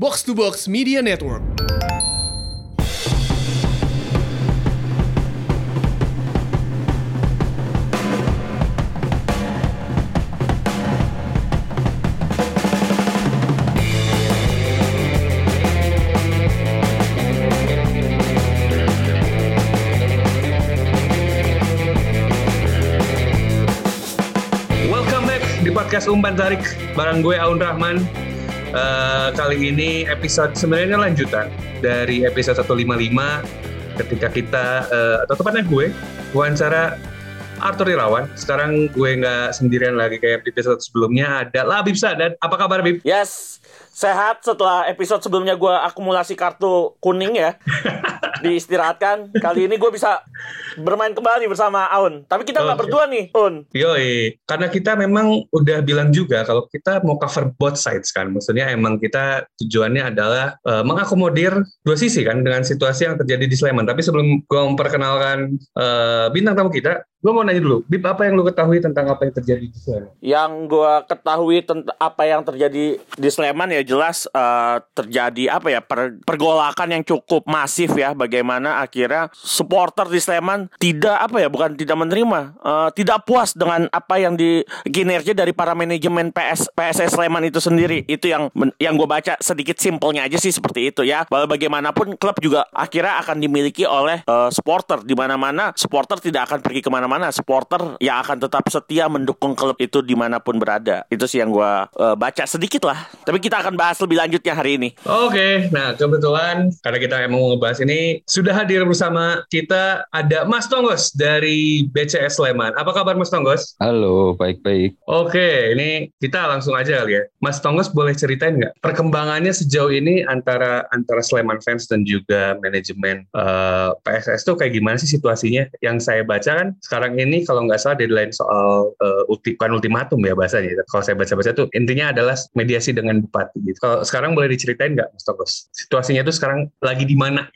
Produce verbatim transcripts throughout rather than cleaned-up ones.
Box to Box Media Network. Podcast Umpan Tarik bareng gue Aun Rahman. Uh, kali ini episode sebenarnya lanjutan dari episode seratus lima puluh lima ketika kita uh, atau tepatnya gue wawancara Arthur Irawan. Sekarang gue nggak sendirian lagi kayak episode sebelumnya, ada Labib Sadat. Apa kabar, Bib? Yes, sehat setelah episode sebelumnya gue akumulasi kartu kuning ya. Diistirahatkan. Kali ini gue bisa bermain kembali bersama Aun. Tapi kita nggak okay. berdua nih, Un. Yoi, karena kita memang udah bilang juga kalau kita mau cover both sides kan. Maksudnya emang kita tujuannya adalah uh, mengakomodir dua sisi kan dengan situasi yang terjadi di Sleman. Tapi sebelum gue memperkenalkan uh, bintang tamu kita, gue mau nanya dulu, Bib, apa yang lu ketahui tentang apa yang terjadi di Sleman? Yang gue ketahui tentang apa yang terjadi di Sleman ya jelas uh, terjadi apa ya per, pergolakan yang cukup masif ya. Bagaimana akhirnya supporter di Sleman tidak apa ya bukan tidak menerima, uh, tidak puas dengan apa yang di kinerja dari para manajemen P S P S S Sleman itu sendiri. Itu yang yang gue baca sedikit simpelnya aja sih seperti itu ya. Bagaimanapun klub juga akhirnya akan dimiliki oleh uh, supporter, di mana-mana supporter tidak akan pergi kemana-mana. Supporter yang akan tetap setia mendukung klub itu dimanapun berada. Itu sih yang gue uh, baca sedikit lah. Tapi kita akan bahas lebih lanjutnya hari ini. Oke, okay. Nah kebetulan karena kita emang mau ngebahas ini, sudah hadir bersama kita ada Mas Tonggos dari B C S Sleman. Apa kabar Mas Tonggos? Halo, baik-baik. Oke, okay, ini kita langsung aja kali ya. Mas Tonggos boleh ceritain nggak perkembangannya sejauh ini antara antara Sleman fans dan juga manajemen uh, P S S tuh kayak gimana sih situasinya? Yang saya baca kan sekarang ini kalau nggak salah deadline soal uh, ulti, bukan ultimatum ya bahasanya. Kalau saya baca-baca tuh intinya adalah mediasi dengan bupati gitu. Kalau sekarang boleh diceritain nggak Mas Tonggos? Situasinya tuh sekarang lagi di mana?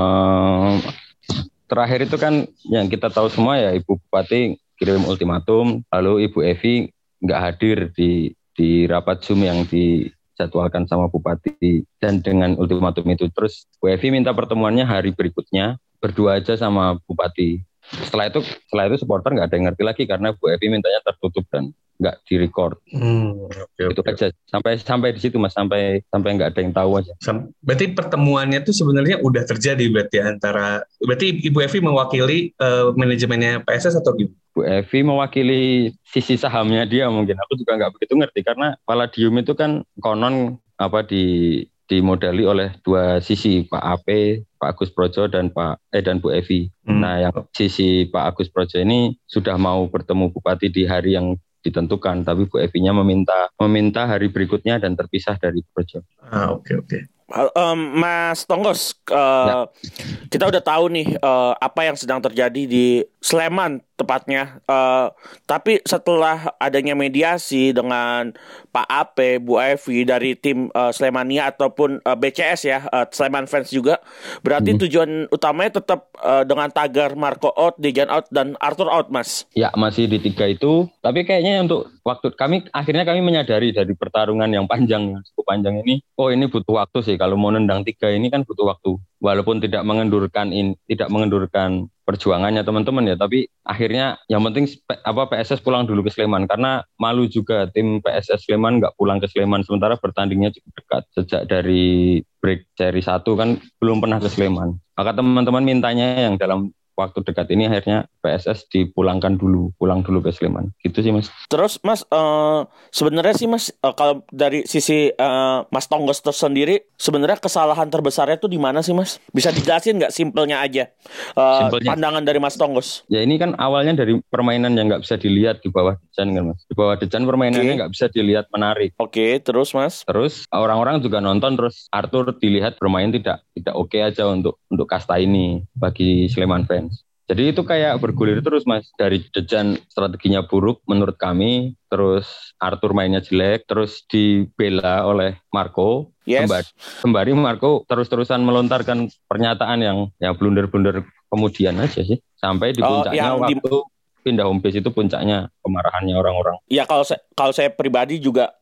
Um... Terakhir itu kan yang kita tahu semua ya, Ibu Bupati kirim ultimatum, lalu Ibu Evi nggak hadir di di rapat Zoom yang dijadwalkan sama Bupati, dan dengan ultimatum itu terus Bu Evi minta pertemuannya hari berikutnya berdua aja sama Bupati. Setelah itu setelah itu supporter nggak ada yang ngerti lagi karena Bu Evi mintanya tertutup dan nggak direcord. Hmm, okay, itu okay. aja sampai sampai di situ Mas, sampai sampai nggak ada yang tahu aja. Berarti pertemuannya itu sebenarnya udah terjadi berarti antara berarti Ibu Evi mewakili uh, manajemennya P S S atau gimana? Bu Evi mewakili sisi sahamnya dia mungkin. Aku juga nggak begitu ngerti karena Palladium itu kan konon apa di dimodali oleh dua sisi, Pak A P, Pak Agus Projo dan Pak eh dan Bu Evi. Hmm. Nah, yang sisi Pak Agus Projo ini sudah mau bertemu Bupati di hari yang ditentukan, tapi Bu Evi-nya meminta meminta hari berikutnya dan terpisah dari Projo. Ah, oke okay, oke. Okay. Um, Mas Tonggos, uh, ya. Kita udah tahu nih uh, apa yang sedang terjadi di Sleman tepatnya. Uh, tapi setelah adanya mediasi dengan Pak A P, Bu Evi dari tim uh, Slemania ataupun uh, B C S ya, uh, Sleman fans juga, berarti hmm. tujuan utamanya tetap uh, dengan tagar Marco out, Dejan out, dan Arthur out, Mas. Ya, masih di tiga itu. Tapi kayaknya untuk waktu kami akhirnya kami menyadari dari pertarungan yang panjang, yang cukup panjang ini, oh ini butuh waktu sih. Kalau mau nendang tiga ini kan butuh waktu. Walaupun tidak mengendurkan in, tidak mengendurkan perjuangannya teman-teman ya, tapi akhirnya yang penting apa P S S pulang dulu ke Sleman karena malu juga tim P S S Sleman nggak pulang ke Sleman sementara bertandingnya cukup dekat sejak dari break seri satu kan belum pernah ke Sleman. Maka teman-teman mintanya yang dalam waktu dekat ini akhirnya P S S dipulangkan dulu, pulang dulu ke Sleman. Gitu sih Mas. Terus Mas, uh, sebenarnya sih Mas, uh, kalau dari sisi uh, Mas Tonggos sendiri, sebenarnya kesalahan terbesarnya tuh di mana sih Mas? Bisa dijelasin nggak simpelnya aja? Uh, simpelnya. Pandangan dari Mas Tonggos. Ya ini kan awalnya dari permainan yang nggak bisa dilihat di bawah Dejan kan Mas. Di bawah Dejan permainannya nggak okay. bisa dilihat menarik. Oke, okay, terus Mas? Terus orang-orang juga nonton terus Arthur dilihat bermain tidak tidak oke okay aja untuk untuk kasta ini bagi Sleman fans. Jadi itu kayak bergulir terus Mas. Dari Dejan strateginya buruk menurut kami, terus Arthur mainnya jelek, terus dibela oleh Marco. Yes. Sembari, sembari Marco terus-terusan melontarkan pernyataan yang yang blunder-blunder kemudian aja sih. Sampai di puncaknya oh, waktu di... pindah home base itu puncaknya kemarahannya orang-orang. Ya kalau saya, kalau saya pribadi juga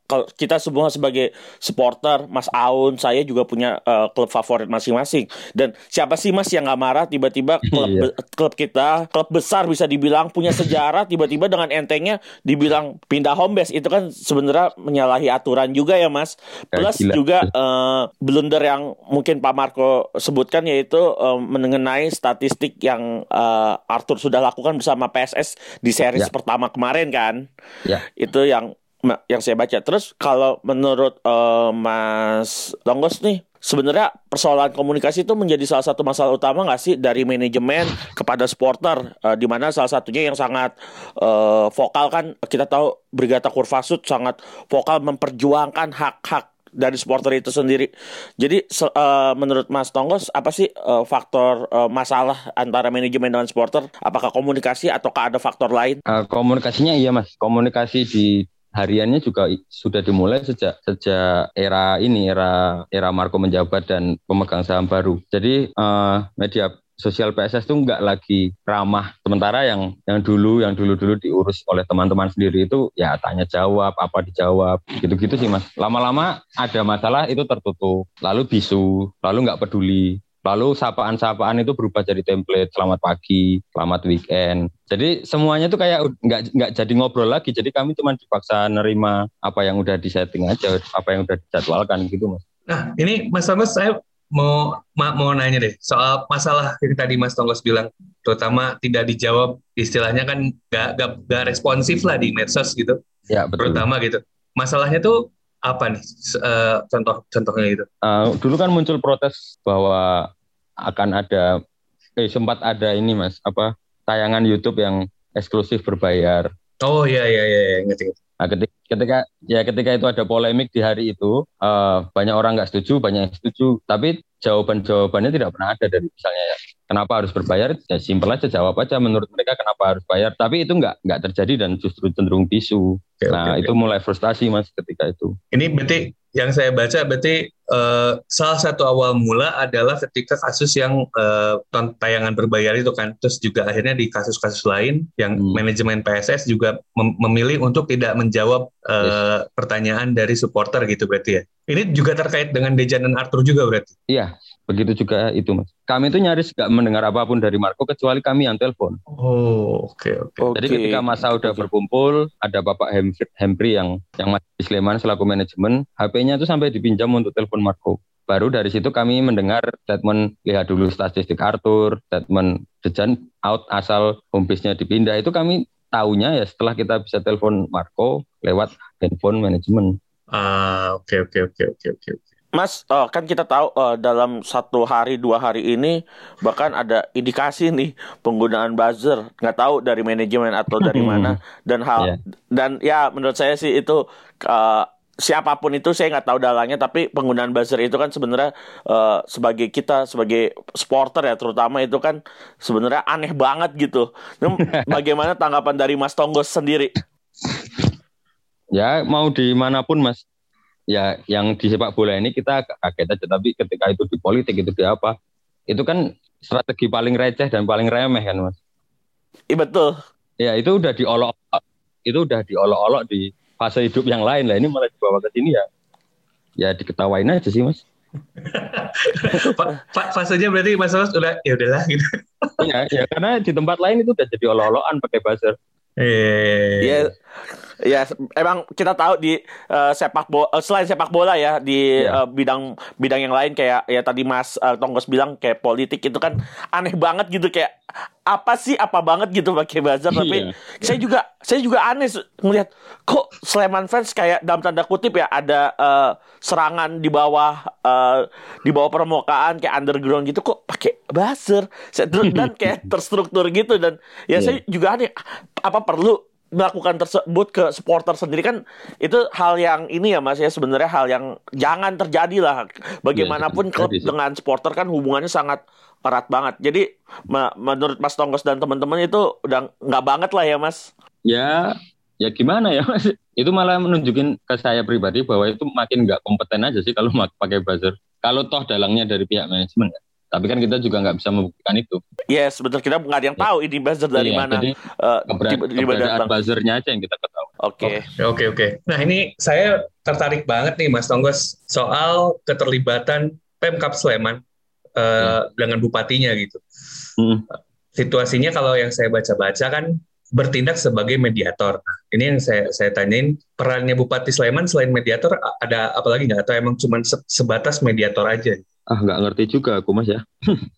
kalau kita semua sebagai supporter, Mas Aun, saya juga punya uh, klub favorit masing-masing. Dan siapa sih Mas yang nggak marah tiba-tiba klub Iya. be- klub kita, klub besar bisa dibilang punya sejarah, tiba-tiba dengan entengnya dibilang pindah home base, itu kan sebenarnya menyalahi aturan juga ya Mas. Ya, Plus gila. juga uh, blunder yang mungkin Pak Marco sebutkan, yaitu uh, mengenai statistik yang uh, Arthur sudah lakukan bersama P S S di series Ya. pertama kemarin kan. Ya. Itu yang yang saya baca. Terus kalau menurut uh, Mas Tonggos nih, sebenarnya persoalan komunikasi itu menjadi salah satu masalah utama nggak sih dari manajemen kepada supporter, uh, di mana salah satunya yang sangat uh, vokal kan, kita tahu Brigata Kurvasut sangat vokal memperjuangkan hak-hak dari supporter itu sendiri. Jadi se- uh, menurut Mas Tonggos, apa sih uh, faktor uh, masalah antara manajemen dengan supporter? Apakah komunikasi ataukah ada faktor lain? Uh, komunikasinya iya Mas, komunikasi di hariannya juga i- sudah dimulai sejak sejak era ini, era era Marco menjabat dan pemegang saham baru. Jadi eh, media sosial P S S itu nggak lagi ramah. Sementara yang yang dulu yang dulu-dulu diurus oleh teman-teman sendiri itu ya tanya jawab, apa dijawab, gitu-gitu sih Mas. Lama-lama ada masalah itu tertutup, lalu bisu, lalu nggak peduli. Lalu sapaan-sapaan itu berubah jadi template, selamat pagi, selamat weekend. Jadi semuanya tuh kayak nggak nggak jadi ngobrol lagi. Jadi kami cuma dipaksa nerima apa yang udah disetting aja, apa yang udah dijadwalkan gitu Mas. Nah, ini Mas Tonggos, saya mau ma- mau nanya deh soal masalah yang tadi Mas Tonggos bilang, terutama tidak dijawab, istilahnya kan nggak nggak nggak responsif lah di medsos gitu, Ya betul. terutama gitu. Masalahnya tuh apa nih? S- eh, contoh contohnya gitu. Uh, dulu kan muncul protes bahwa akan ada, eh sempat ada ini Mas, apa tayangan YouTube yang eksklusif berbayar. Oh iya iya iya, iya, ingat ingat. Nah, ketika, ketika ya ketika itu ada polemik di hari itu, uh, banyak orang nggak setuju, banyak yang setuju. Tapi jawaban-jawabannya tidak pernah ada dari misalnya ya, kenapa harus berbayar? Ya simpel aja, jawab aja menurut mereka kenapa harus bayar. Tapi itu nggak nggak terjadi dan justru cenderung bisu. Oke, Nah oke, itu oke. mulai frustasi Mas ketika itu. Ini berarti yang saya baca berarti eh, salah satu awal mula adalah ketika kasus yang eh, ton- tayangan berbayar itu kan, terus juga akhirnya di kasus-kasus lain yang Hmm. manajemen P S S juga mem- memilih untuk tidak menjawab eh, pertanyaan dari supporter gitu berarti ya. Ini juga terkait dengan Dejan dan Arthur juga berarti. Iya, begitu juga itu Mas. Kami itu nyaris nggak mendengar apapun dari Marco kecuali kami yang telepon. Oh, oke oke. Jadi Oke. ketika masa udah Oke. berkumpul, ada Bapak Hem- Hempri yang yang masih di Sleman selaku manajemen, H P-nya itu sampai dipinjam untuk telepon Marco. Baru dari situ kami mendengar statement, lihat dulu statistik Arthur, statement Dejan out asal home base-nya dipindah. Itu kami tahunya ya setelah kita bisa telepon Marco lewat handphone manajemen. Ah, oke oke oke oke oke. Mas, eh, kan kita tahu eh, dalam satu hari dua hari ini bahkan ada indikasi nih penggunaan buzzer, nggak tahu dari manajemen atau dari mana, dan hal Iya. dan ya menurut saya sih itu eh, siapapun itu saya nggak tahu dalangnya, tapi penggunaan buzzer itu kan sebenarnya eh, sebagai kita sebagai supporter ya terutama itu kan sebenarnya aneh banget gitu. Nah, bagaimana tanggapan dari Mas Tonggos sendiri? Ya mau dimanapun Mas. Ya yang di sepak bola ini kita agak kaget aja, tapi ketika itu di politik itu di apa, itu kan strategi paling receh dan paling remeh kan Mas. Iya betul. Ya itu udah diolok, itu udah diolok-olok di fase hidup yang lain lah, ini malah dibawa ke sini ya, ya diketawain aja sih Mas. Fa- fa- fasenya berarti Mas Tonggos udah ya udahlah gitu. Ya, ya karena di tempat lain itu udah jadi olok-olokan pakai buzzer. Eh. Ya, ya emang kita tahu di eh, sepak bola, selain sepak bola ya di Ya. eh, bidang bidang yang lain kayak ya tadi Mas eh, Tonggos bilang kayak politik itu kan aneh banget gitu, kayak apa sih apa banget gitu pakai buzzer. Tapi Iya. saya juga saya juga aneh su- ngelihat kok Sleman fans kayak dalam tanda kutip ya ada eh, serangan di bawah eh, di bawah permukaan kayak underground gitu kok pakai buzzer. Saya- dan kayak terstruktur gitu, dan ya Iya. saya juga aneh apa perlu melakukan tersebut ke supporter sendiri, kan itu hal yang ini ya Mas ya, sebenarnya hal yang jangan terjadi lah. Bagaimanapun Iya, klub terjadi sih. dengan supporter kan hubungannya sangat erat banget. Jadi ma- menurut Mas Tonggos dan teman-teman itu udah nggak banget lah ya Mas. Ya, ya gimana ya Mas? Itu malah menunjukin ke saya pribadi bahwa itu makin nggak kompeten aja sih kalau mak- pakai buzzer. Kalau toh dalangnya dari pihak manajemen ya. Tapi kan kita juga nggak bisa membuktikan itu. Yes, betul, kita nggak ada yang tahu ini buzzer dari Iya, mana. jadi eh, keberadaan, tiba-tiba keberadaan datang. buzzernya aja yang kita ketahui. Oke. Oke, oke. Nah, ini saya tertarik banget nih Mas Tonggos soal keterlibatan Pemkab Sleman uh, ya. dengan bupatinya gitu. Hmm. Situasinya kalau yang saya baca-baca kan bertindak sebagai mediator. Nah, ini yang saya saya tanyain, perannya Bupati Sleman selain mediator ada apa lagi nggak? Atau emang cuma sebatas mediator aja? Ah, nggak ngerti juga aku Mas ya.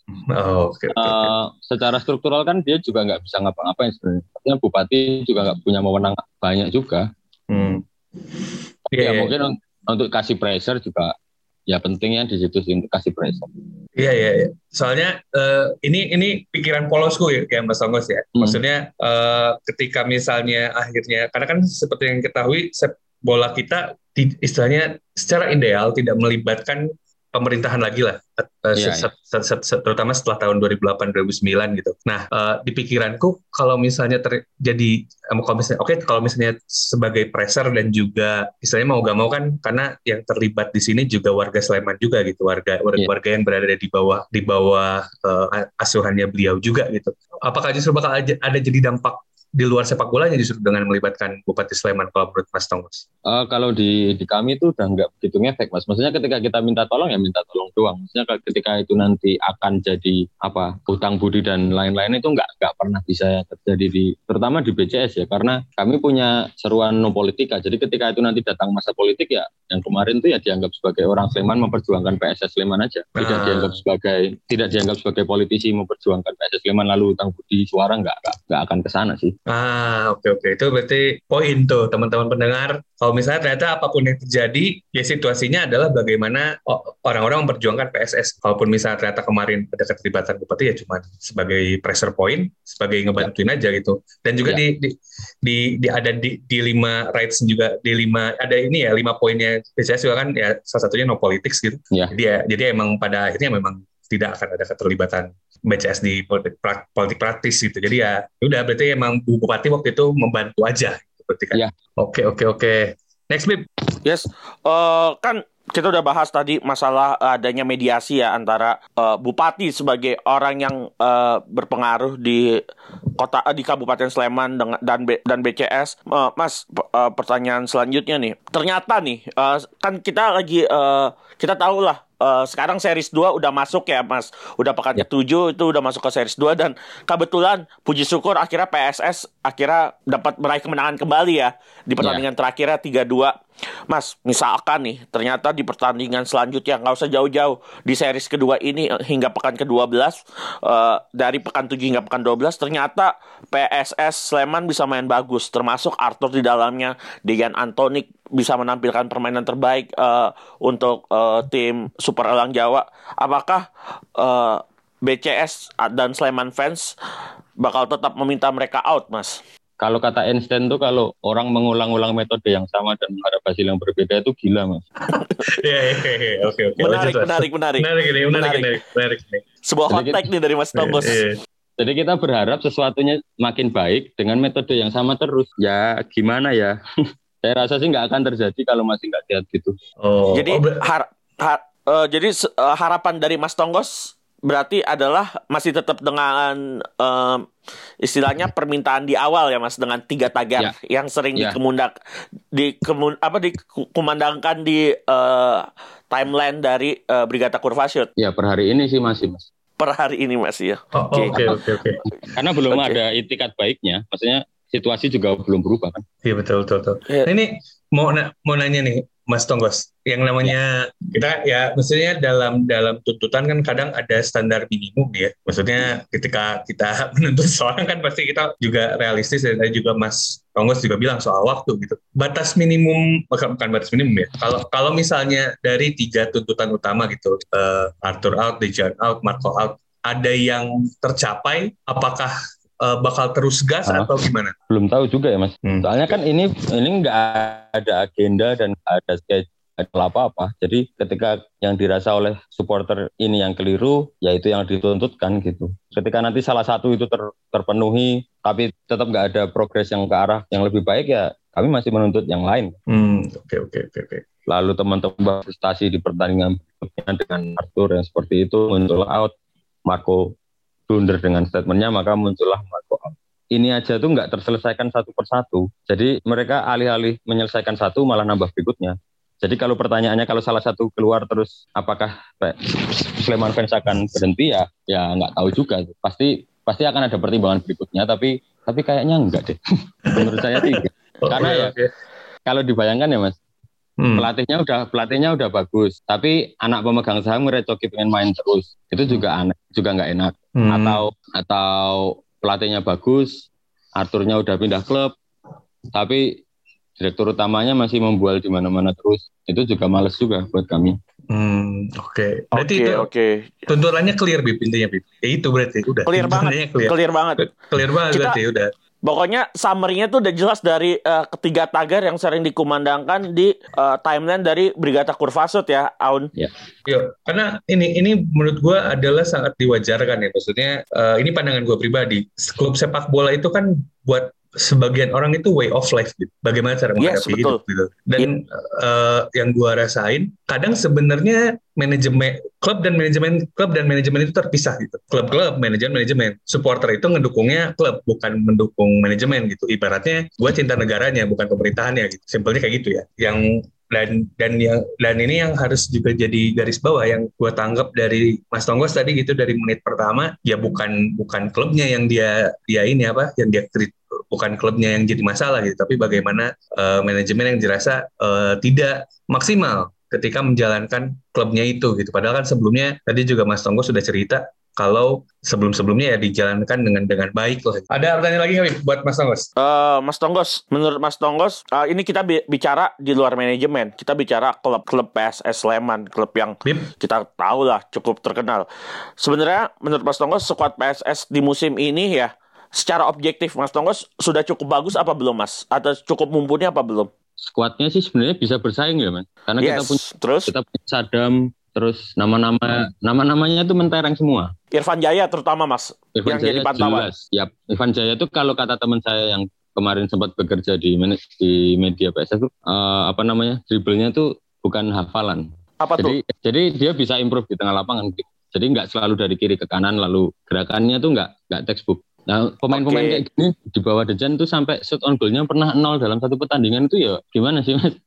Oh, okay, okay, okay. Uh, secara struktural kan dia juga nggak bisa ngapa-ngapain sebenarnya. Artinya Bupati juga nggak punya wewenang banyak juga. Hmm. Yeah, ya yeah. Mungkin untuk kasih pressure juga ya pentingnya di situ sih untuk kasih pressure. Iya iya. Ya. Soalnya uh, ini ini pikiran polosku ya, ya Mas Tonggos ya. Hmm. Maksudnya uh, ketika misalnya akhirnya karena kan seperti yang ketahui bola kita di, istilahnya secara ideal tidak melibatkan pemerintahan lagi lah, uh, yeah, set, set, set, set, terutama setelah tahun dua ribu delapan dua ribu sembilan gitu. Nah, uh, di pikiranku kalau misalnya terjadi, um, kalau misalnya, oke, okay, kalau misalnya sebagai pressure dan juga, istilahnya mau gak mau kan, karena yang terlibat di sini juga warga Sleman juga gitu, warga warga, yeah. warga yang berada di bawah di bawah uh, asuhannya beliau juga gitu. Apakah justru bakal ada, ada jadi dampak di luar sepak bolanya justru dengan melibatkan Bupati Sleman kalau menurut Mas Tonggos? Uh, kalau di di kami itu udah nggak begitu ngefek Mas. Maksudnya ketika kita minta tolong ya minta tolong doang. Maksudnya ketika itu nanti akan jadi apa hutang budi dan lain-lain itu nggak nggak pernah bisa terjadi di terutama di B C S ya karena kami punya seruan no politika. Jadi ketika itu nanti datang masa politik ya yang kemarin itu ya dianggap sebagai orang Sleman memperjuangkan P S S Sleman aja. Tidak ah. dianggap sebagai tidak dianggap sebagai politisi memperjuangkan P S S Sleman lalu hutang budi suara nggak nggak nggak akan ke sana sih. Ah, oke oke. Itu berarti poin tuh teman-teman pendengar. Kalau misalnya ternyata apapun yang terjadi, ya situasinya adalah bagaimana orang-orang memperjuangkan P S S. Kalaupun misalnya ternyata kemarin ada keterlibatan bupati ya cuma sebagai pressure point, sebagai ngebantuin ya. aja gitu. Dan juga ya. di, di di di ada di di lima rights juga di lima ada ini ya lima poinnya P S S juga kan ya salah satunya no politics gitu. Ya. Jadi ya jadi emang pada akhirnya memang tidak akan ada keterlibatan B C S di politik, politik praktis gitu. Jadi ya udah berarti emang Bu Bupati waktu itu membantu aja seperti kan. Ya. Oke oke oke. Next Bib. Yes. Uh, kan kita udah bahas tadi masalah adanya mediasi ya antara uh, Bupati sebagai orang yang uh, berpengaruh di kota di Kabupaten Sleman dengan dan B, dan B C S. Uh, Mas, uh, pertanyaan selanjutnya nih. Ternyata nih uh, kan kita lagi uh, kita tahu lah Uh, sekarang series dua udah masuk ya Mas. Udah pekan ketujuh itu udah masuk ke series dua. Dan kebetulan puji syukur akhirnya P S S akhirnya dapat meraih kemenangan kembali ya di pertandingan yeah. terakhirnya tiga dua. Mas, misalkan nih ternyata di pertandingan selanjutnya nggak usah jauh-jauh di series kedua ini hingga pekan kedua belas uh, dari pekan tujuh hingga pekan dua belas ternyata P S S Sleman bisa main bagus, termasuk Arthur di dalamnya, Dejan Antonik bisa menampilkan permainan terbaik uh, untuk uh, tim Super Elang Jawa. Apakah uh, B C S dan Sleman fans bakal tetap meminta mereka out, Mas? Kalau kata Einstein tuh kalau orang mengulang-ulang metode yang sama dan mengharap hasil yang berbeda itu gila, Mas. Iya, iya, iya. Oke, oke. Menarik, menarik, menarik. Menarik ini, menarik, menarik, menarik. Sebuah hot take nih dari Mas Tonggos. Jadi kita berharap sesuatunya makin baik dengan metode yang sama terus. Ya, gimana ya? Saya rasa sih nggak akan terjadi kalau masih nggak lihat gitu. Oh. Jadi har, har, uh, jadi uh, harapan dari Mas Tonggos berarti adalah masih tetap dengan uh, istilahnya permintaan di awal ya Mas, dengan tiga tagar ya. Yang sering ya. dikemundak di kemun, apa dikumandangkan di uh, timeline dari uh, Brigata Kurvasut. Ya per hari ini sih masih Mas. Per hari ini masih ya. Oke oke oke. Karena belum okay. ada itikat baiknya, maksudnya situasi juga belum berubah kan? Iya betul betul. betul. Yeah. Nah, ini mau na- mau nanya nih Mas Tonggos, yang namanya yeah. kita ya maksudnya dalam dalam tuntutan kan kadang ada standar minimum ya. Maksudnya ketika kita menuntut seorang kan pasti kita juga realistis dan juga Mas Tonggos juga bilang soal waktu gitu. Batas minimum bukan, bukan batas minimum ya. Kalau kalau misalnya dari tiga tuntutan utama gitu, uh, Arthur out, Dejan out, Marco out, ada yang tercapai? Apakah Uh, bakal terus gas uh, atau gimana? Belum tahu juga ya Mas. Hmm. Soalnya kan ini ini nggak ada agenda dan nggak ada schedule apa-apa. Jadi ketika yang dirasa oleh supporter ini yang keliru, ya itu yang dituntutkan gitu. Ketika nanti salah satu itu ter, terpenuhi, tapi tetap nggak ada progres yang ke arah yang lebih baik, ya kami masih menuntut yang lain. Hmm, oke oke oke oke. Lalu teman-teman prestasi di pertandingan dengan Arthur yang seperti itu muncul out, Marco blunder dengan statementnya, maka muncullah Marco out. ini aja tuh nggak terselesaikan satu persatu. Jadi mereka alih-alih menyelesaikan satu malah nambah berikutnya. Jadi kalau pertanyaannya kalau salah satu keluar terus apakah Sleman fans akan berhenti ya? Ya nggak tahu juga. Pasti pasti akan ada pertimbangan berikutnya. Tapi tapi kayaknya enggak deh. Menurut saya tidak. Karena ya kalau dibayangkan ya Mas, hmm. pelatihnya udah pelatihnya udah bagus. Tapi anak pemegang saham ngerecoki pengen main terus. Itu juga aneh, juga nggak enak. Hmm. Atau atau pelatihnya bagus, Arthurnya udah pindah klub, tapi direktur utamanya masih membual di mana-mana terus. Itu juga males juga buat kami. Hmm, oke. Okay. Berarti okay, itu okay. tuntutannya clear Bib intinya Bib. Ya itu berarti udah. Clear banget. Clear. clear banget. Clear banget Kita, berarti udah. Pokoknya summary-nya tuh udah jelas dari uh, ketiga tagar yang sering dikumandangkan di uh, timeline dari Brigata Kurvasut ya, Aun. Ya. Yo, karena ini ini menurut gue adalah sangat diwajarkan ya. Maksudnya uh, ini pandangan gue pribadi. Klub sepak bola itu kan buat sebagian orang itu way of life gitu. Bagaimana cara menghadapi yes, hidup gitu. Dan yep. uh, yang gua rasain kadang sebenarnya manajemen klub dan manajemen klub dan manajemen itu terpisah gitu. Klub-klub, manajemen-manajemen, supporter itu ngedukungnya klub bukan mendukung manajemen gitu. Ibaratnya gua cinta negaranya bukan pemerintahannya gitu. Simpelnya kayak gitu ya. Yang dan dan yang dan ini yang harus juga jadi garis bawah yang gue tanggap dari Mas Tonggos tadi gitu dari menit pertama ya bukan bukan klubnya yang dia dia ini apa yang dia krit, bukan klubnya yang jadi masalah gitu tapi bagaimana uh, manajemen yang dirasa uh, tidak maksimal ketika menjalankan klubnya itu gitu padahal kan sebelumnya tadi juga Mas Tonggos sudah cerita kalau sebelum-sebelumnya ya dijalankan dengan dengan baik lah. Ada pertanyaan lagi nggak buat Mas Tonggos? Uh, Mas Tonggos, menurut Mas Tonggos, uh, ini kita bi- bicara di luar manajemen. Kita bicara klub-klub P S S Sleman, klub yang Bip. kita tahu lah cukup terkenal. Sebenarnya menurut Mas Tonggos, skuad P S S di musim ini ya, secara objektif Mas Tonggos sudah cukup bagus apa belum Mas? Atau cukup mumpuni apa belum? Skuadnya sih sebenarnya bisa bersaing ya Mas. Karena yes. kita punya Terus? kita punya Sadam. Terus nama-nama nama-namanya itu mentereng semua. Irfan Jaya terutama Mas Irfan yang Jaya jadi pantauan. Jelas. Ya, Irfan Jaya itu kalau kata teman saya yang kemarin sempat bekerja di di media P S S itu uh, apa namanya? Dribblenya itu bukan hafalan. Apa jadi, tuh? Jadi dia bisa improve di tengah lapangan. Jadi nggak selalu dari kiri ke kanan lalu gerakannya tuh nggak nggak textbook. Nah, pemain-pemain okay. kayak gini di bawah Dejan tuh sampai shot on goal-nya pernah nol dalam satu pertandingan itu ya gimana sih Mas?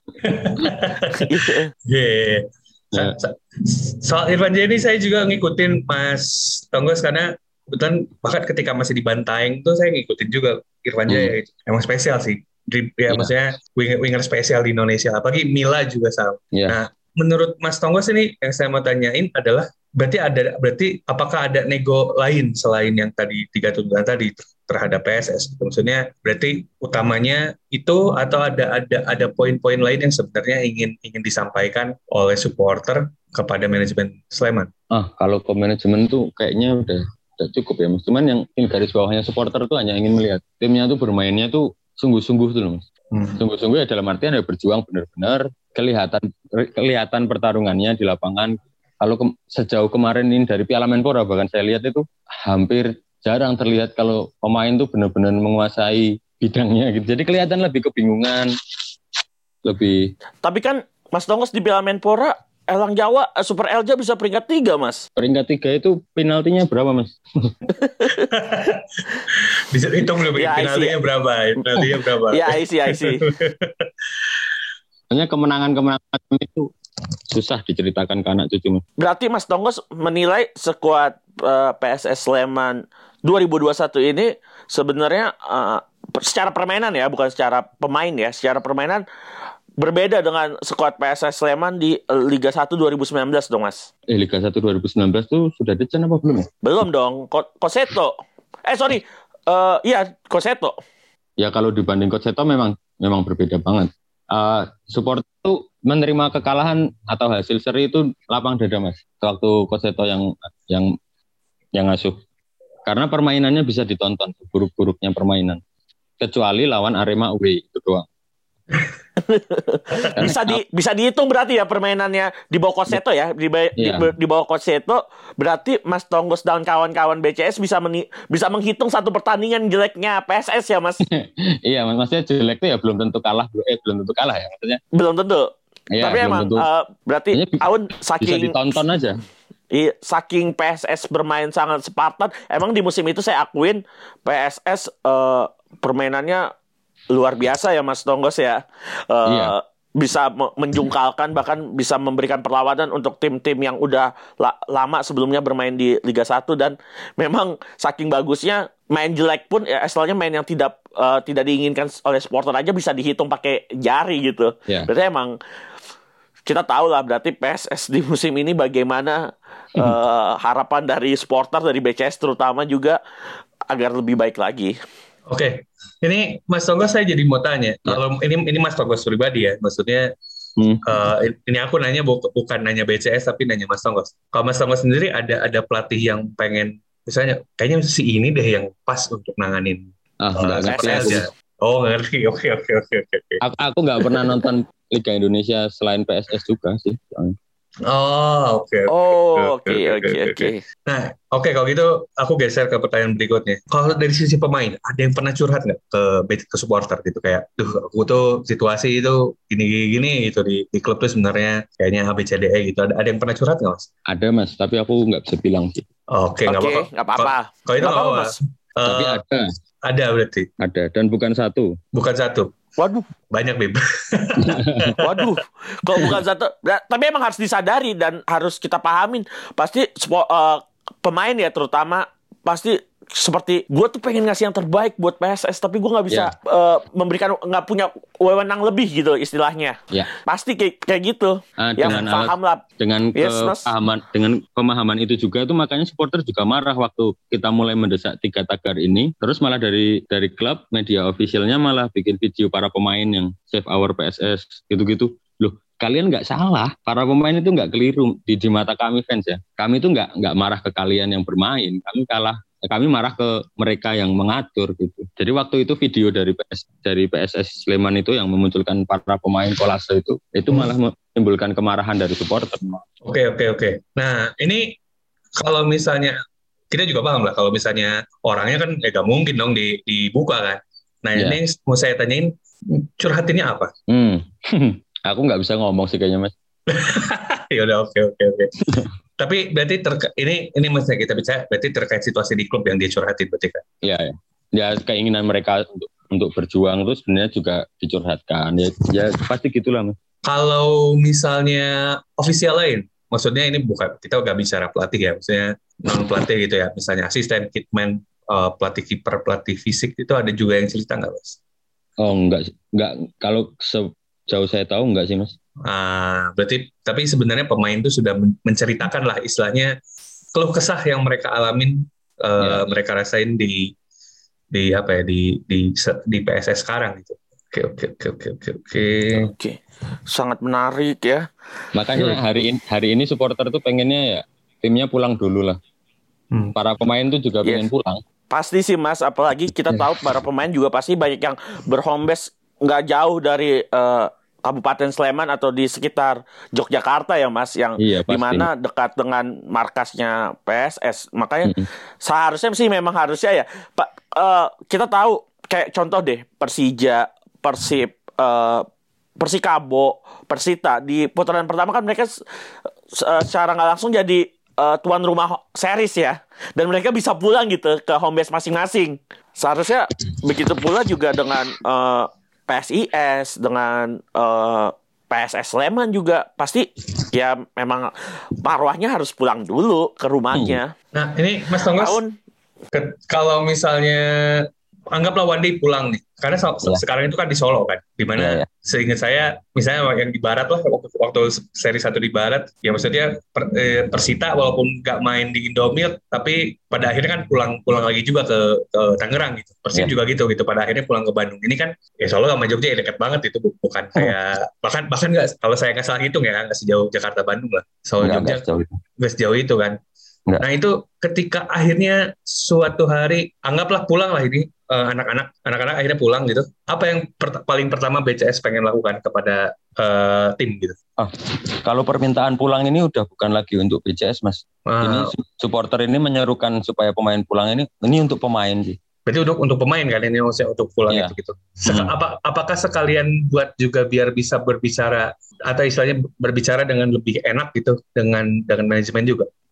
yeah. Ya. So, soal Irfan Jaya ini saya juga ngikutin Mas Tonggos karena kebetulan bahkan ketika masih di Bantaeng tuh saya ngikutin juga Irfan Jaya hmm. itu emang spesial sih ya, ya maksudnya winger, winger spesial di Indonesia apalagi Mila juga sama. Ya. Nah menurut Mas Tonggos ini yang saya mau tanyain adalah berarti ada berarti apakah ada nego lain selain yang tadi tiga tuntutan tadi terhadap P S S? Maksudnya berarti utamanya itu atau ada ada ada poin-poin lain yang sebenarnya ingin ingin disampaikan oleh supporter kepada manajemen Sleman? Ah kalau ke manajemen tuh kayaknya udah udah cukup ya Mas. Cuman yang garis bawahnya supporter tuh hanya ingin melihat timnya tuh bermainnya tuh sungguh-sungguh tuh loh Mas. Hmm. Sungguh-sungguh ya dalam artian ya berjuang benar-benar kelihatan kelihatan pertarungannya di lapangan. Kalau ke, sejauh kemarin ini dari Piala Menpora bahkan saya lihat itu hampir jarang terlihat kalau pemain tuh benar-benar menguasai bidangnya gitu. Jadi kelihatan lebih kebingungan, lebih. Tapi kan Mas Tonggos di Piala Menpora Elang Jawa Super Elja bisa peringkat tiga Mas. Peringkat tiga itu penaltinya berapa Mas? Bisa hitung lebih ya, penaltinya berapa? Penaltinya berapa? Ya I see I see. Hanya kemenangan-kemenangan itu susah diceritakan ke anak cucu. Berarti Mas Tonggos menilai skuad uh, P S S Sleman dua ribu dua puluh satu ini sebenarnya uh, secara permainan ya, bukan secara pemain ya, secara permainan berbeda dengan skuad P S S Sleman di Liga satu dua ribu sembilan belas dong Mas. Eh Liga satu dua ribu sembilan belas tuh sudah Dejan apa belum ya? Belum dong, Ko- Koseto. Eh sorry, uh, iya Koseto. Ya kalau dibanding Koseto memang memang berbeda banget. Uh, support itu menerima kekalahan atau hasil seri itu lapang dada Mas. Waktu Koseto yang yang yang ngasuh. Karena permainannya bisa ditonton, buruk-buruknya permainan. Kecuali lawan Arema away itu doang. bisa di bisa dihitung berarti ya permainannya di bawah Koseto ya, di, di, yeah. di, di bawah Koseto berarti Mas Tonggos dan kawan-kawan B C S bisa meni, bisa menghitung satu pertandingan jeleknya P S S ya Mas. Iya Mas, maksudnya jelek itu ya belum tentu kalah, eh belum tentu kalah ya maksudnya. Belum tentu. Ya, tapi emang uh, berarti Aun saking bisa ditonton aja. I, saking P S S bermain sangat Spartan, emang di musim itu saya akuin P S S uh, permainannya luar biasa ya Mas Tonggos ya. Uh, iya. Bisa menjungkalkan, bahkan bisa memberikan perlawanan untuk tim-tim yang udah la- lama sebelumnya bermain di Liga satu. Dan memang saking bagusnya, main jelek pun ya istilahnya main yang tidak uh, tidak diinginkan oleh supporter aja bisa dihitung pakai jari gitu. Yeah. Berarti emang kita tahu lah berarti P S S di musim ini bagaimana uh, harapan dari supporter, dari B C S terutama juga agar lebih baik lagi. Oke, ini Mas Tonggos saya jadi mau tanya. Ya. Kalau ini ini Mas Tonggos pribadi ya, maksudnya hmm. uh, ini aku nanya bu, bukan nanya B C S tapi nanya Mas Tonggos. Kalau Mas Tonggos sendiri ada ada pelatih yang pengen, misalnya kayaknya si ini deh yang pas untuk nanganin ah, uh, P S S ya. Oh ngerti, oke oke oke oke. Aku, aku nggak pernah nonton Liga Indonesia selain P S S juga sih. Oh, oke. Okay, oh, oke, oke, oke. Nah, oke okay, kalau gitu aku geser ke pertanyaan berikutnya. Kalau dari sisi pemain, ada yang pernah curhat nggak ke ke supporter gitu kayak, duh, aku tuh situasi itu gini-gini gitu di di klub tuh sebenarnya kayaknya A B C D E gitu. Ada ada yang pernah curhat nggak Mas? Ada Mas, tapi aku nggak bisa bilang sih. Oke, nggak okay, apa-apa. apa-apa. Kalau itu nggak apa-apa, Mas. Uh, tapi ada. Ada berarti. Ada dan bukan satu. Bukan satu. Waduh, banyak Beb. Waduh, kalau bukan satu, tapi emang harus disadari dan harus kita pahamin. Pasti uh, pemain ya terutama pasti seperti gue tuh pengen ngasih yang terbaik buat P S S, tapi gue nggak bisa yeah. uh, memberikan, nggak punya wewenang lebih gitu istilahnya. Yeah. Pasti kayak kayak gitu. Ah, ya dengan paham lah. Dengan yes, kepahaman, dengan pemahaman itu juga itu makanya supporter juga marah waktu kita mulai mendesak tiga tagar ini. Terus malah dari dari klub media officialnya malah bikin video para pemain yang save our P S S gitu-gitu. Loh, kalian nggak salah, para pemain itu nggak keliru di, di mata kami fans ya. Kami itu nggak nggak marah ke kalian yang bermain, kami kalah. Kami marah ke mereka yang mengatur gitu. Jadi waktu itu video dari P S, dari P S S Sleman itu yang memunculkan para pemain kolase itu, itu malah menimbulkan kemarahan dari supporter. Oke oke oke. Nah ini kalau misalnya kita juga paham lah kalau misalnya orangnya kan ya gak mungkin dong di, dibuka kan. Nah yeah. Ini mau saya tanyain curhatinnya apa? Hmm. Aku nggak bisa ngomong sih kayaknya Mas. Ya udah oke oke oke. Tapi berarti terka- ini ini maksudnya kita bicara berarti terkait situasi di klub yang dia curhatin berarti kan? Iya ya. Ya keinginan mereka untuk untuk berjuang itu sebenarnya juga dicurhatkan. Ya, ya pasti gitulah Mas. Kalau misalnya ofisial lain, maksudnya ini bukan kita nggak bicara pelatih ya, maksudnya non pelatih gitu ya, misalnya asisten, kitman, uh, pelatih kiper, pelatih fisik itu ada juga yang cerita nggak Mas? Oh enggak enggak kalau sejauh saya tahu enggak sih Mas. Ah, berarti tapi sebenarnya pemain itu sudah menceritakan lah istilahnya keluh kesah yang mereka alamin, uh, ya. Mereka rasain di di apa ya di di di P S S sekarang gitu. Oke oke oke oke oke oke. Oke, sangat menarik ya. Makanya hari ini hari ini supporter tuh pengennya ya timnya pulang dulu lah. Hmm. Para pemain tuh juga pengen yes. pulang. Pasti sih Mas, apalagi kita tahu para pemain juga pasti banyak yang berhome base nggak jauh dari uh, Kabupaten Sleman atau di sekitar Yogyakarta ya Mas, yang iya, dimana dekat dengan markasnya P S S. Makanya mm-hmm. seharusnya sih memang harusnya ya Pak, uh, kita tahu kayak contoh deh Persija, Persib, uh, Persikabo, Persita di putaran pertama kan mereka uh, secara nggak langsung jadi uh, tuan rumah series ya, dan mereka bisa pulang gitu ke home base masing-masing. Seharusnya begitu pula juga dengan uh, P S I S, dengan uh, P S S Sleman juga pasti ya memang marwahnya harus pulang dulu ke rumahnya. Nah ini Mas Tonggos, ke, kalau misalnya anggaplah one day pulang nih, karena so, ya. sekarang itu kan di Solo kan, dimana ya, ya. Seingat saya misalnya yang di Barat lah, waktu, waktu seri satu di Barat, ya maksudnya per, eh, Persita walaupun nggak main di Indomil, tapi pada akhirnya kan pulang pulang lagi juga ke, ke Tangerang gitu. Persib ya. juga gitu gitu, pada akhirnya pulang ke Bandung. Ini kan ya Solo sama Jogja ya dekat banget itu, bukan kayak bahkan bahkan nggak, kalau saya nggak salah hitung ya nggak sejauh Jakarta Bandung lah. Solo Jogja nggak sejauh itu kan. Nggak. Nah itu ketika akhirnya suatu hari anggaplah pulang lah ini. Uh, anak-anak, anak-anak akhirnya pulang gitu. Apa yang per- paling pertama B C S pengen lakukan kepada uh, tim gitu? Oh, kalau permintaan pulang ini udah bukan lagi untuk B C S Mas. Ah. Ini supporter ini menyerukan supaya pemain pulang ini, ini untuk pemain sih. Berarti untuk untuk pemain kan ini maksudnya untuk pulang yeah. itu gitu. Sek- hmm. apa, apakah sekalian buat juga biar bisa berbicara atau istilahnya berbicara dengan lebih enak gitu dengan dengan manajemen juga?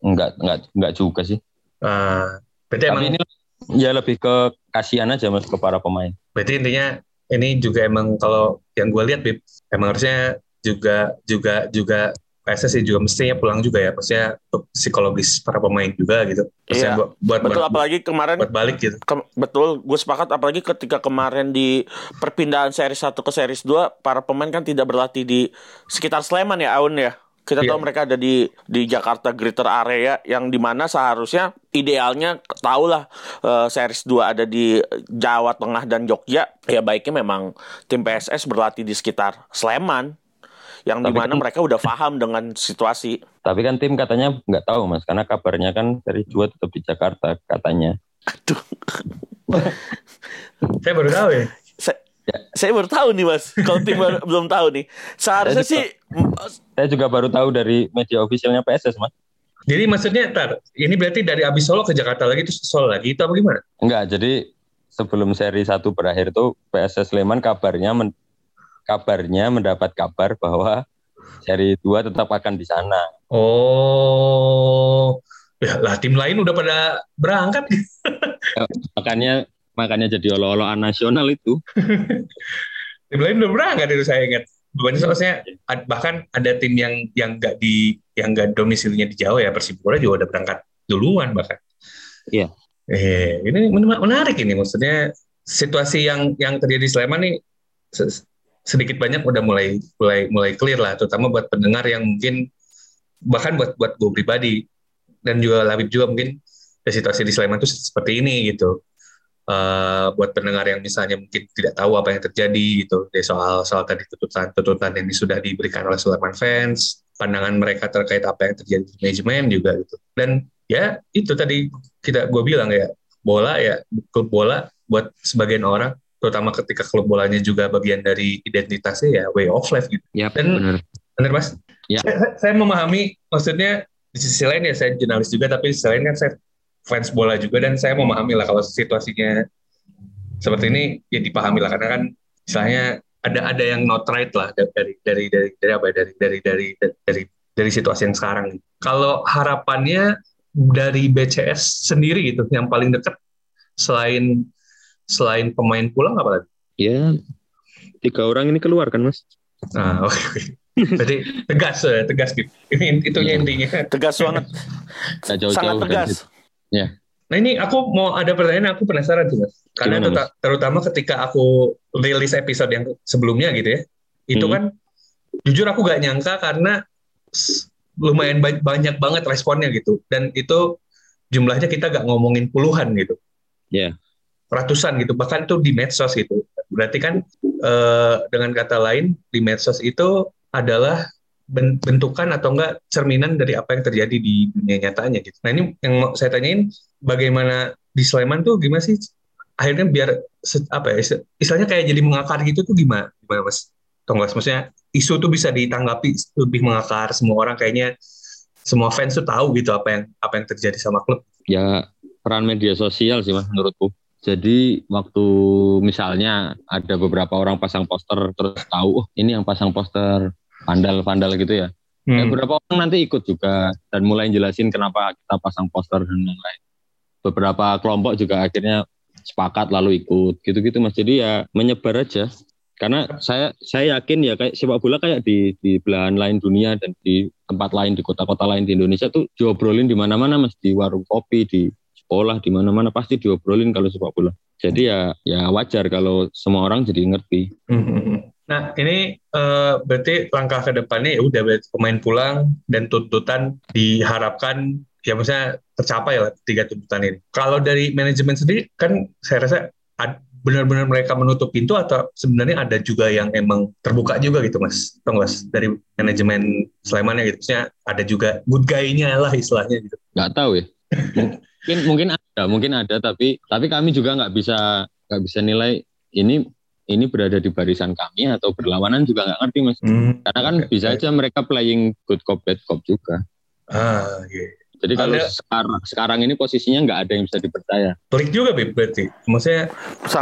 Enggak, enggak, enggak juga sih. Uh, berarti Tapi emang ini ya lebih ke kasihan aja mas ke para pemain. berarti intinya ini juga emang kalau yang gue lihat Bib, emang harusnya juga juga juga P S S sih juga mestinya pulang juga ya, maksudnya untuk psikologis para pemain juga gitu. Maksudnya Iya, buat buat, betul buat, apalagi kemarin buat balik gitu. ke- betul, gue sepakat apalagi ketika kemarin di perpindahan seri satu ke seri dua para pemain kan tidak berlatih di sekitar Sleman ya, Aun ya. Kita Iya. tahu mereka ada di di Jakarta Greater Area yang dimana seharusnya idealnya tahulah uh, series dua ada di Jawa Tengah dan Jogja. Ya baiknya memang tim P S S berlatih di sekitar Sleman yang Tapi dimana kan- mereka udah paham dengan situasi. Tapi kan tim katanya nggak tahu mas, karena kabarnya kan seri dua tetap di Jakarta katanya. Aduh, Saya baru tahu ya. saya, saya baru tahu nih mas. Kalau tim baru- belum tahu nih. Seharusnya Saya sih Saya juga baru tahu dari media ofisialnya P S S mas. Jadi maksudnya ntar, ini berarti dari abis Solo ke Jakarta lagi terus ke Solo lagi itu apa gimana? Enggak, jadi sebelum seri satu berakhir tuh P S S Sleman kabarnya men, kabarnya mendapat kabar bahwa seri dua tetap akan di sana. Oh, ya lah tim lain udah pada berangkat. Makanya makanya jadi olo-oloan nasional itu. Tim lain udah berangkat itu saya ingat. Banyak soalnya bahkan ada tim yang yang nggak di yang nggak domisilinya di Jawa ya, Persipura juga udah berangkat duluan bahkan. Iya. Eh, ini menarik ini, maksudnya situasi yang yang terjadi di Sleman nih sedikit banyak udah mulai mulai mulai clear lah, terutama buat pendengar yang mungkin bahkan buat buat gue pribadi dan juga Labib juga mungkin ya, situasi di Sleman itu seperti ini gitu. Uh, buat pendengar yang misalnya mungkin tidak tahu apa yang terjadi gitu dari soal soal tadi tuntutan-tuntutan yang sudah diberikan oleh Sleman fans, pandangan mereka terkait apa yang terjadi di manajemen juga gitu. Dan ya itu tadi kita gue bilang ya, bola ya klub bola buat sebagian orang, terutama ketika klub bolanya juga bagian dari identitasnya ya way of life gitu. Ya, Dan benar. benar Mas. Ya. Saya, saya memahami, maksudnya di sisi lain ya saya jurnalis juga, tapi di sisi lain kan saya fans bola juga dan saya memahami lah kalau situasinya seperti ini ya dipahami lah, karena kan misalnya ada ada yang not right lah dari dari dari dari apa ya, dari dari dari dari dari situasi yang sekarang. Kalau harapannya dari B C S sendiri gitu yang paling dekat selain selain pemain pulang apa lagi? Ya, tiga orang ini keluar kan mas? Nah, oke. Okay. Berarti tegas ya, tegas gitu. Ini itunya intinya. tegas banget. Sangat tegas. Ya. Nah ini aku mau ada pertanyaan, aku penasaran tuh mas. Karena Gimana, ter- terutama ketika aku rilis episode yang sebelumnya gitu ya, itu Hmm. kan jujur aku gak nyangka karena lumayan ba- banyak banget responnya gitu. Dan itu jumlahnya kita gak ngomongin puluhan gitu. Ya. Ratusan gitu, bahkan itu di medsos gitu. Berarti kan eh, dengan kata lain di medsos itu adalah bentukan atau enggak cerminan dari apa yang terjadi di dunia nyatanya gitu. Nah ini yang mau saya tanyain, bagaimana di Sleman tuh gimana sih akhirnya biar apa ya istilahnya kayak jadi mengakar gitu tuh gimana gimana mas Tonggas, maksudnya isu tuh bisa ditanggapi lebih mengakar, semua orang kayaknya semua fans tuh tahu gitu apa yang apa yang terjadi sama klub. Ya peran media sosial sih mas menurutku. Jadi waktu misalnya ada beberapa orang pasang poster terus tahu oh ini yang pasang poster vandal-vandal gitu ya. Hmm. Ya beberapa orang nanti ikut juga dan mulai jelasin kenapa kita pasang poster dan lain-lain. Beberapa kelompok juga akhirnya sepakat lalu ikut gitu-gitu mas. Jadi ya menyebar aja. Karena saya saya yakin ya kayak sepak bola kayak di di belahan lain dunia dan di tempat lain di kota-kota lain di Indonesia tuh diobrolin di mana-mana mas, di warung kopi, di sekolah, di mana-mana pasti diobrolin kalau sepak bola. Jadi ya ya wajar kalau semua orang jadi ngerti. Hmm. Nah ini uh, berarti langkah ke depannya ya udah berarti pemain pulang dan tuntutan diharapkan ya maksudnya tercapai lah tiga tuntutan ini. Kalau dari manajemen sendiri kan saya rasa ad, benar-benar mereka menutup pintu atau sebenarnya ada juga yang emang terbuka juga gitu mas, Tonggas, dari manajemen Slemannya gitu. Maksudnya ada juga good guy-nya lah istilahnya gitu. Nggak tahu ya. mungkin mungkin ada, mungkin ada tapi tapi kami juga nggak bisa nggak bisa nilai ini ini berada di barisan kami atau berlawanan juga nggak ngerti mas. Hmm, Karena kan okay, bisa okay. aja mereka playing good cop bad cop juga. Ah, yeah. Jadi kalau ada, sekarang sekarang ini posisinya nggak ada yang bisa dipercaya. Pelik juga berarti. Maksudnya sangat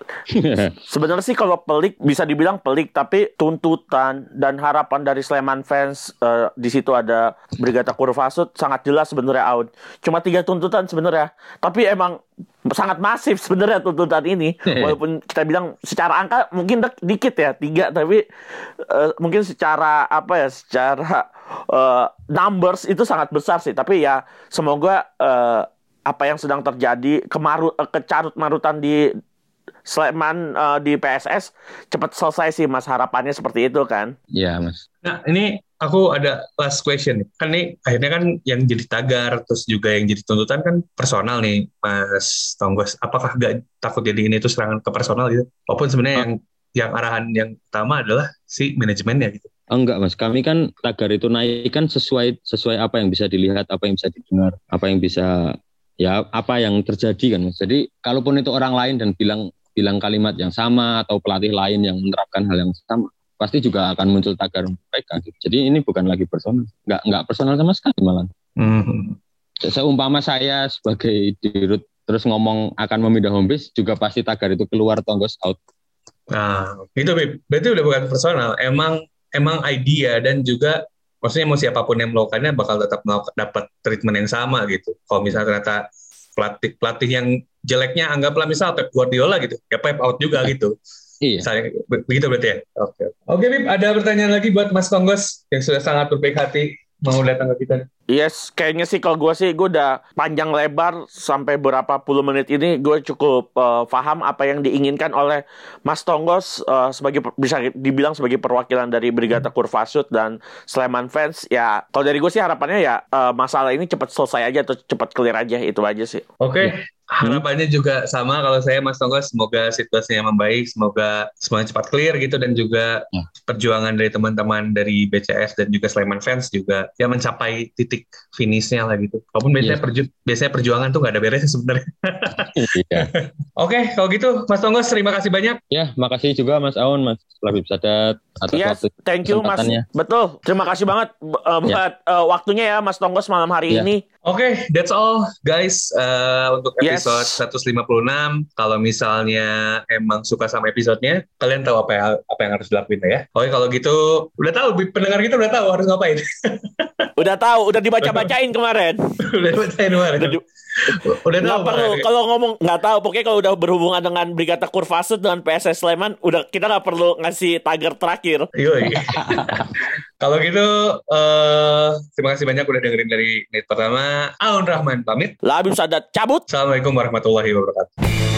Sebenarnya sih kalau pelik bisa dibilang pelik, tapi tuntutan dan harapan dari Sleman fans uh, di situ ada Brigata Kurvasut sangat jelas sebenarnya out. Cuma tiga tuntutan sebenarnya, tapi emang sangat masif sebenarnya tuntutan ini. Walaupun kita bilang secara angka mungkin dek, dikit ya tiga, tapi uh, mungkin secara apa ya, secara uh, numbers itu sangat besar sih. Tapi ya semoga uh, apa yang sedang terjadi kemarut uh, kecarut-marutan di Sleman uh, di P S S cepat selesai sih Mas, harapannya seperti itu kan. Iya Mas. Nah ini aku ada last question. Kan nih akhirnya kan yang jadi tagar terus juga yang jadi tuntutan kan personal nih Mas Tonggos. Apakah gak takut jadi ini tuh serangan ke personal gitu? Walaupun sebenarnya oh. yang yang arahan yang utama adalah si manajemennya gitu. Oh, enggak Mas, kami kan tagar itu naik kan sesuai sesuai apa yang bisa dilihat, apa yang bisa didengar, apa yang bisa ya apa yang terjadi kan Mas. Jadi kalaupun itu orang lain dan bilang bilang kalimat yang sama atau pelatih lain yang menerapkan hal yang sama, pasti juga akan muncul tagar mereka gitu. Jadi ini bukan lagi personal, nggak nggak personal sama sekali malah. Mm-hmm. Seumpama saya sebagai dirut terus ngomong akan memindah home base, juga pasti tagar itu keluar Tonggos out. Nah itu berarti udah bukan personal, emang emang idea dan juga maksudnya mau siapapun yang melakukannya bakal tetap dapat treatment yang sama gitu. Kalau misalnya ternyata pelatih pelatih yang jeleknya anggaplah misal Pep Guardiola gitu, ya Pep out juga gitu. Iya. Misalnya, begitu berarti ya. Oke. Oke Bib, ada pertanyaan lagi buat Mas Tonggos yang sudah sangat berbaik hati mau datang ke kita. Yes, kayaknya sih kalau gue sih gue udah panjang lebar sampai berapa puluh menit ini gue cukup uh, paham apa yang diinginkan oleh Mas Tonggos uh, sebagai bisa dibilang sebagai perwakilan dari Brigata Kurvasut dan Sleman fans. Ya, kalau dari gue sih harapannya ya uh, masalah ini cepat selesai aja atau cepat clear aja, itu aja sih. Oke. Okay. Harapannya juga sama kalau saya Mas Tonggos, semoga situasinya membaik, semoga semuanya cepat clear gitu, dan juga ya. Perjuangan dari teman-teman dari B C S dan juga Sleman fans juga ya mencapai titik finishnya lah gitu. Walaupun biasanya, yes. perju- biasanya perjuangan tuh nggak ada beresnya sebenarnya. Iya. Oke, kalau gitu Mas Tonggos terima kasih banyak. Ya, makasih juga Mas Aun, Mas Labib Sadat atas yes, waktu. Thank you Mas. Betul. Terima kasih banget uh, buat yeah. uh, waktunya ya Mas Tonggos malam hari yeah. ini. Oke, okay, that's all guys uh, untuk episode yes. seratus lima puluh enam. Kalau misalnya emang suka sama episodenya, kalian tahu apa yang, apa yang harus dilakuin ya. Oke, kalau gitu udah tahu, pendengar kita udah tahu harus ngapain. Udah tahu, udah dibaca-bacain kemarin. Udah dibacain kemarin. Udah, di... udah tahu. Nggak perlu, kalau ngomong nggak tahu. Pokoknya kalau udah berhubungan dengan Brigata Kurvasut dengan P S S Sleman, udah kita nggak perlu ngasih tagar terakhir. Iya. Kalau gitu, uh, terima kasih banyak udah dengerin dari menit pertama. Aun Rahman pamit. Labib Sadat cabut. Assalamualaikum warahmatullahi wabarakatuh.